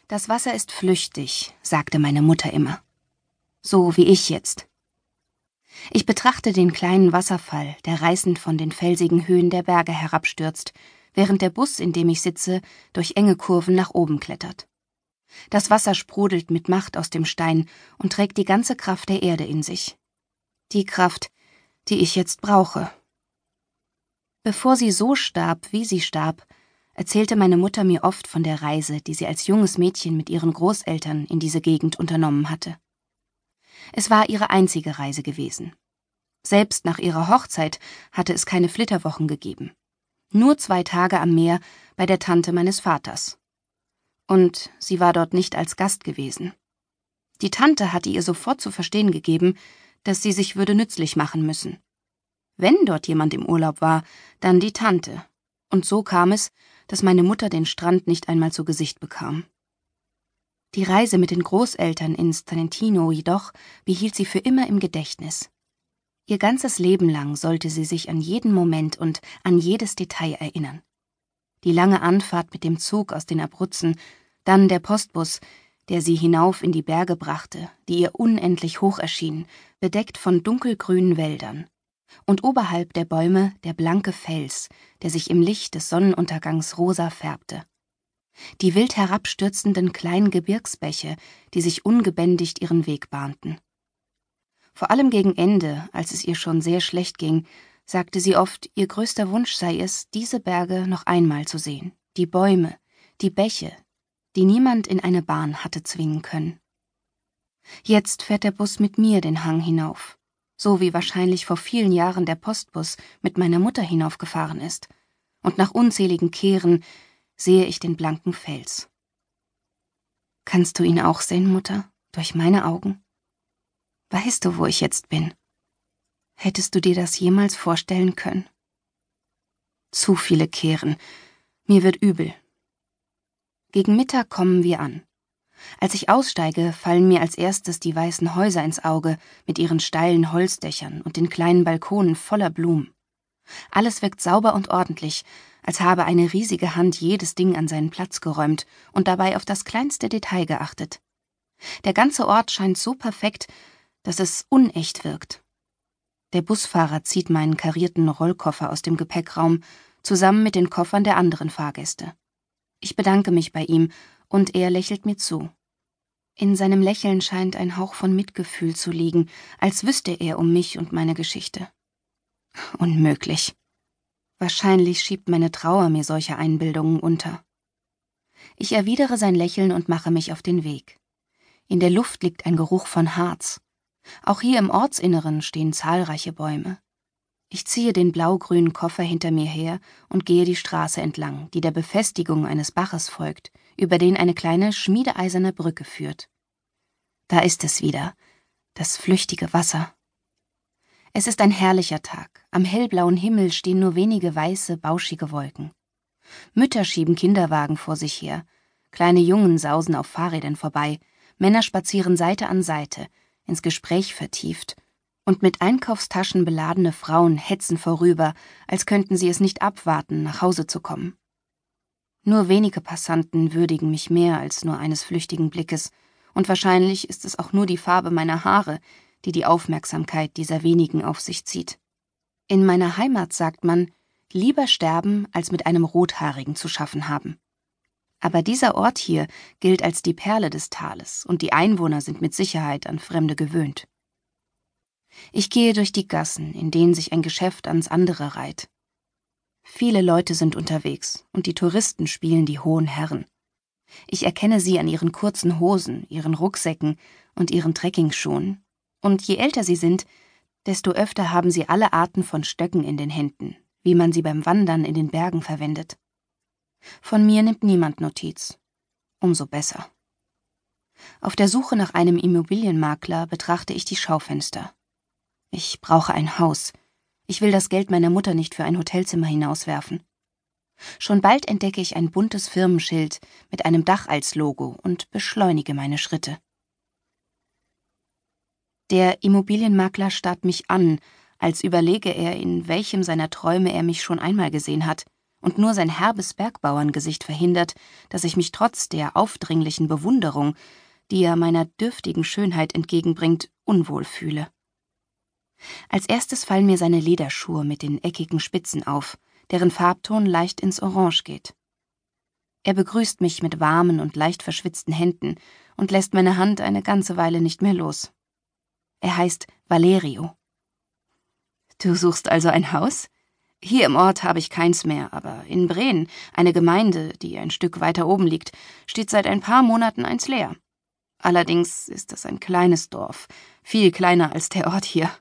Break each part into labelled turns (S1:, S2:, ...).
S1: Das Wasser ist flüchtig, sagte meine Mutter immer. So wie ich jetzt. Ich betrachte den kleinen Wasserfall, der reißend von den felsigen Höhen der Berge herabstürzt, während der Bus, in dem ich sitze, durch enge Kurven nach oben klettert. Das Wasser sprudelt mit Macht aus dem Stein und trägt die ganze Kraft der Erde in sich. Die Kraft, die ich jetzt brauche. Bevor sie so starb, wie sie starb, erzählte meine Mutter mir oft von der Reise, die sie als junges Mädchen mit ihren Großeltern in diese Gegend unternommen hatte. Es war ihre einzige Reise gewesen. Selbst nach ihrer Hochzeit hatte es keine Flitterwochen gegeben. Nur 2 Tage am Meer bei der Tante meines Vaters. Und sie war dort nicht als Gast gewesen. Die Tante hatte ihr sofort zu verstehen gegeben, dass sie sich würde nützlich machen müssen. Wenn dort jemand im Urlaub war, dann die Tante. Und so kam es, dass meine Mutter den Strand nicht einmal zu Gesicht bekam. Die Reise mit den Großeltern ins Trentino jedoch behielt sie für immer im Gedächtnis. Ihr ganzes Leben lang sollte sie sich an jeden Moment und an jedes Detail erinnern. Die lange Anfahrt mit dem Zug aus den Abruzzen, dann der Postbus, der sie hinauf in die Berge brachte, die ihr unendlich hoch erschienen, bedeckt von dunkelgrünen Wäldern. Und oberhalb der Bäume der blanke Fels, der sich im Licht des Sonnenuntergangs rosa färbte. Die wild herabstürzenden kleinen Gebirgsbäche, die sich ungebändigt ihren Weg bahnten. Vor allem gegen Ende, als es ihr schon sehr schlecht ging, sagte sie oft, ihr größter Wunsch sei es, diese Berge noch einmal zu sehen, die Bäume, die Bäche, die niemand in eine Bahn hatte zwingen können. Jetzt fährt der Bus mit mir den Hang hinauf, so wie wahrscheinlich vor vielen Jahren der Postbus mit meiner Mutter hinaufgefahren ist, und nach unzähligen Kehren sehe ich den blanken Fels. Kannst du ihn auch sehen, Mutter, durch meine Augen? Weißt du, wo ich jetzt bin? Hättest du dir das jemals vorstellen können? Zu viele Kehren. Mir wird übel. Gegen Mittag kommen wir an. Als ich aussteige, fallen mir als erstes die weißen Häuser ins Auge mit ihren steilen Holzdächern und den kleinen Balkonen voller Blumen. Alles wirkt sauber und ordentlich, als habe eine riesige Hand jedes Ding an seinen Platz geräumt und dabei auf das kleinste Detail geachtet. Der ganze Ort scheint so perfekt, dass es unecht wirkt. Der Busfahrer zieht meinen karierten Rollkoffer aus dem Gepäckraum, zusammen mit den Koffern der anderen Fahrgäste. Ich bedanke mich bei ihm, und er lächelt mir zu. In seinem Lächeln scheint ein Hauch von Mitgefühl zu liegen, als wüsste er um mich und meine Geschichte. Unmöglich. Wahrscheinlich schiebt meine Trauer mir solche Einbildungen unter. Ich erwidere sein Lächeln und mache mich auf den Weg. In der Luft liegt ein Geruch von Harz. Auch hier im Ortsinneren stehen zahlreiche Bäume. Ich ziehe den blau-grünen Koffer hinter mir her und gehe die Straße entlang, die der Befestigung eines Baches folgt, über den eine kleine schmiedeeiserne Brücke führt. Da ist es wieder, das flüchtige Wasser. Es ist ein herrlicher Tag. Am hellblauen Himmel stehen nur wenige weiße, bauschige Wolken. Mütter schieben Kinderwagen vor sich her. Kleine Jungen sausen auf Fahrrädern vorbei. Männer spazieren Seite an Seite, ins Gespräch vertieft. Und mit Einkaufstaschen beladene Frauen hetzen vorüber, als könnten sie es nicht abwarten, nach Hause zu kommen. Nur wenige Passanten würdigen mich mehr als nur eines flüchtigen Blickes. Und wahrscheinlich ist es auch nur die Farbe meiner Haare, die die Aufmerksamkeit dieser wenigen auf sich zieht. In meiner Heimat sagt man, lieber sterben, als mit einem Rothaarigen zu schaffen haben. Aber dieser Ort hier gilt als die Perle des Tales, und die Einwohner sind mit Sicherheit an Fremde gewöhnt. Ich gehe durch die Gassen, in denen sich ein Geschäft ans andere reiht. Viele Leute sind unterwegs, und die Touristen spielen die hohen Herren. Ich erkenne sie an ihren kurzen Hosen, ihren Rucksäcken und ihren Trekkingschuhen. Und je älter sie sind, desto öfter haben sie alle Arten von Stöcken in den Händen, wie man sie beim Wandern in den Bergen verwendet. Von mir nimmt niemand Notiz. Umso besser. Auf der Suche nach einem Immobilienmakler betrachte ich die Schaufenster. Ich brauche ein Haus. Ich will das Geld meiner Mutter nicht für ein Hotelzimmer hinauswerfen. Schon bald entdecke ich ein buntes Firmenschild mit einem Dach als Logo und beschleunige meine Schritte. Der Immobilienmakler starrt mich an, als überlege er, in welchem seiner Träume er mich schon einmal gesehen hat, und nur sein herbes Bergbauerngesicht verhindert, dass ich mich trotz der aufdringlichen Bewunderung, die er meiner dürftigen Schönheit entgegenbringt, unwohl fühle. Als erstes fallen mir seine Lederschuhe mit den eckigen Spitzen auf, deren Farbton leicht ins Orange geht. Er begrüßt mich mit warmen und leicht verschwitzten Händen und lässt meine Hand eine ganze Weile nicht mehr los. Er heißt Valerio. »Du suchst also ein Haus? Hier im Ort habe ich keins mehr, aber in Breen, eine Gemeinde, die ein Stück weiter oben liegt, steht seit ein paar Monaten eins leer. Allerdings ist es ein kleines Dorf, viel kleiner als der Ort hier.«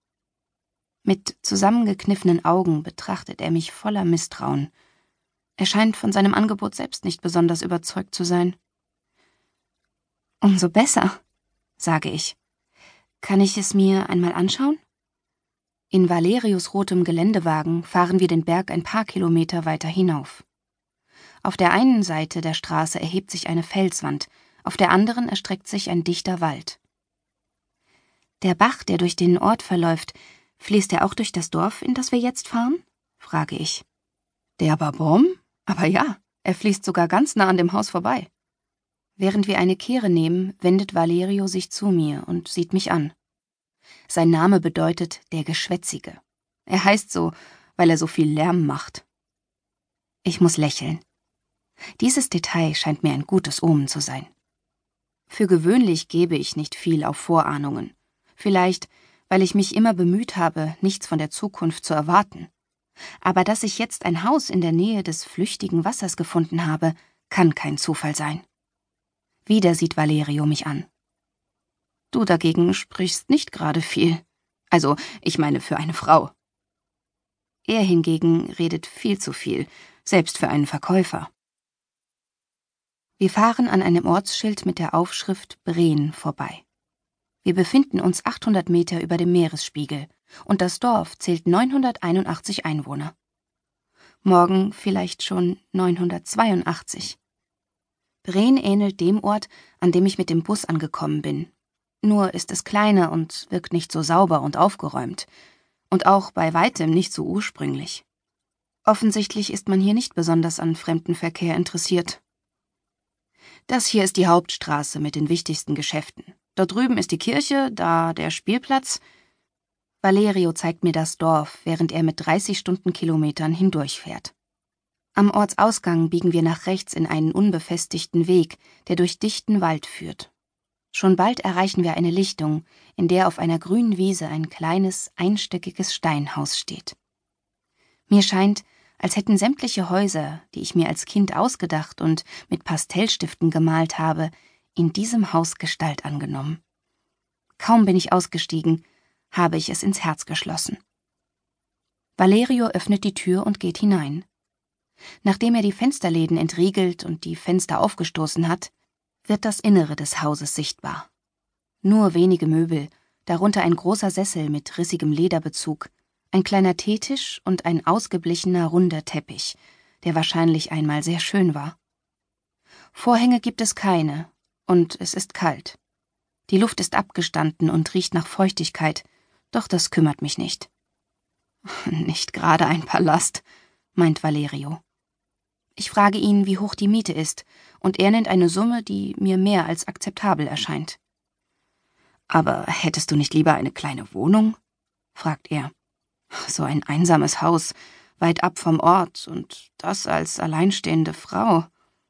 S1: Mit zusammengekniffenen Augen betrachtet er mich voller Misstrauen. Er scheint von seinem Angebot selbst nicht besonders überzeugt zu sein. »Umso besser«, sage ich. »Kann ich es mir einmal anschauen?« In Valerius rotem Geländewagen fahren wir den Berg ein paar Kilometer weiter hinauf. Auf der einen Seite der Straße erhebt sich eine Felswand, auf der anderen erstreckt sich ein dichter Wald. »Der Bach, der durch den Ort verläuft, fließt er auch durch das Dorf, in das wir jetzt fahren?« frage ich. »Der Babom? Aber ja, er fließt sogar ganz nah an dem Haus vorbei.« Während wir eine Kehre nehmen, wendet Valerio sich zu mir und sieht mich an. Sein Name bedeutet der Geschwätzige. Er heißt so, weil er so viel Lärm macht. Ich muss lächeln. Dieses Detail scheint mir ein gutes Omen zu sein. Für gewöhnlich gebe ich nicht viel auf Vorahnungen. Vielleicht, weil ich mich immer bemüht habe, nichts von der Zukunft zu erwarten. Aber dass ich jetzt ein Haus in der Nähe des flüchtigen Wassers gefunden habe, kann kein Zufall sein. Wieder sieht Valerio mich an. »Du dagegen sprichst nicht gerade viel. Also, ich meine für eine Frau.« Er hingegen redet viel zu viel, selbst für einen Verkäufer. Wir fahren an einem Ortsschild mit der Aufschrift Breen vorbei. Wir befinden uns 800 Meter über dem Meeresspiegel und das Dorf zählt 981 Einwohner. Morgen vielleicht schon 982. Breen ähnelt dem Ort, an dem ich mit dem Bus angekommen bin. Nur ist es kleiner und wirkt nicht so sauber und aufgeräumt. Und auch bei weitem nicht so ursprünglich. Offensichtlich ist man hier nicht besonders an Fremdenverkehr interessiert. Das hier ist die Hauptstraße mit den wichtigsten Geschäften. Dort drüben ist die Kirche, da der Spielplatz. Valerio zeigt mir das Dorf, während er mit 30 Stundenkilometern hindurchfährt. Am Ortsausgang biegen wir nach rechts in einen unbefestigten Weg, der durch dichten Wald führt. Schon bald erreichen wir eine Lichtung, in der auf einer grünen Wiese ein kleines, einstöckiges Steinhaus steht. Mir scheint, als hätten sämtliche Häuser, die ich mir als Kind ausgedacht und mit Pastellstiften gemalt habe, in diesem Haus Gestalt angenommen. Kaum bin ich ausgestiegen, habe ich es ins Herz geschlossen. Valerio öffnet die Tür und geht hinein. Nachdem er die Fensterläden entriegelt und die Fenster aufgestoßen hat, wird das Innere des Hauses sichtbar. Nur wenige Möbel, darunter ein großer Sessel mit rissigem Lederbezug, ein kleiner Teetisch und ein ausgeblichener, runder Teppich, der wahrscheinlich einmal sehr schön war. Vorhänge gibt es keine, und es ist kalt. Die Luft ist abgestanden und riecht nach Feuchtigkeit, doch das kümmert mich nicht. »Nicht gerade ein Palast«, meint Valerio. Ich frage ihn, wie hoch die Miete ist, und er nennt eine Summe, die mir mehr als akzeptabel erscheint. »Aber hättest du nicht lieber eine kleine Wohnung?« fragt er. »So ein einsames Haus, weit ab vom Ort, und das als alleinstehende Frau.«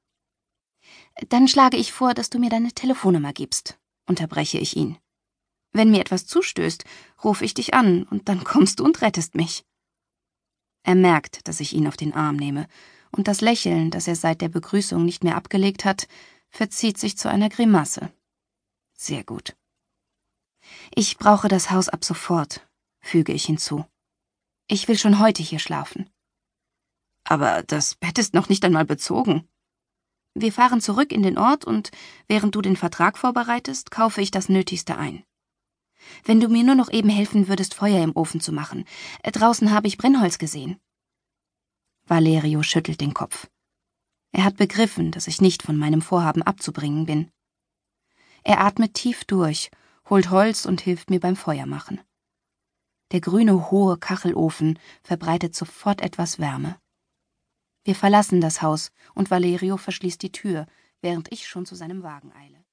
S1: »Dann schlage ich vor, dass du mir deine Telefonnummer gibst«, unterbreche ich ihn. »Wenn mir etwas zustößt, rufe ich dich an, und dann kommst du und rettest mich.« Er merkt, dass ich ihn auf den Arm nehme, und das Lächeln, das er seit der Begrüßung nicht mehr abgelegt hat, verzieht sich zu einer Grimasse. Sehr gut. »Ich brauche das Haus ab sofort«, füge ich hinzu. »Ich will schon heute hier schlafen.« »Aber das Bett ist noch nicht einmal bezogen.« »Wir fahren zurück in den Ort und während du den Vertrag vorbereitest, kaufe ich das Nötigste ein. Wenn du mir nur noch eben helfen würdest, Feuer im Ofen zu machen. Draußen habe ich Brennholz gesehen.« Valerio schüttelt den Kopf. Er hat begriffen, dass ich nicht von meinem Vorhaben abzubringen bin. Er atmet tief durch, holt Holz und hilft mir beim Feuermachen. Der grüne, hohe Kachelofen verbreitet sofort etwas Wärme. Wir verlassen das Haus und Valerio verschließt die Tür, während ich schon zu seinem Wagen eile.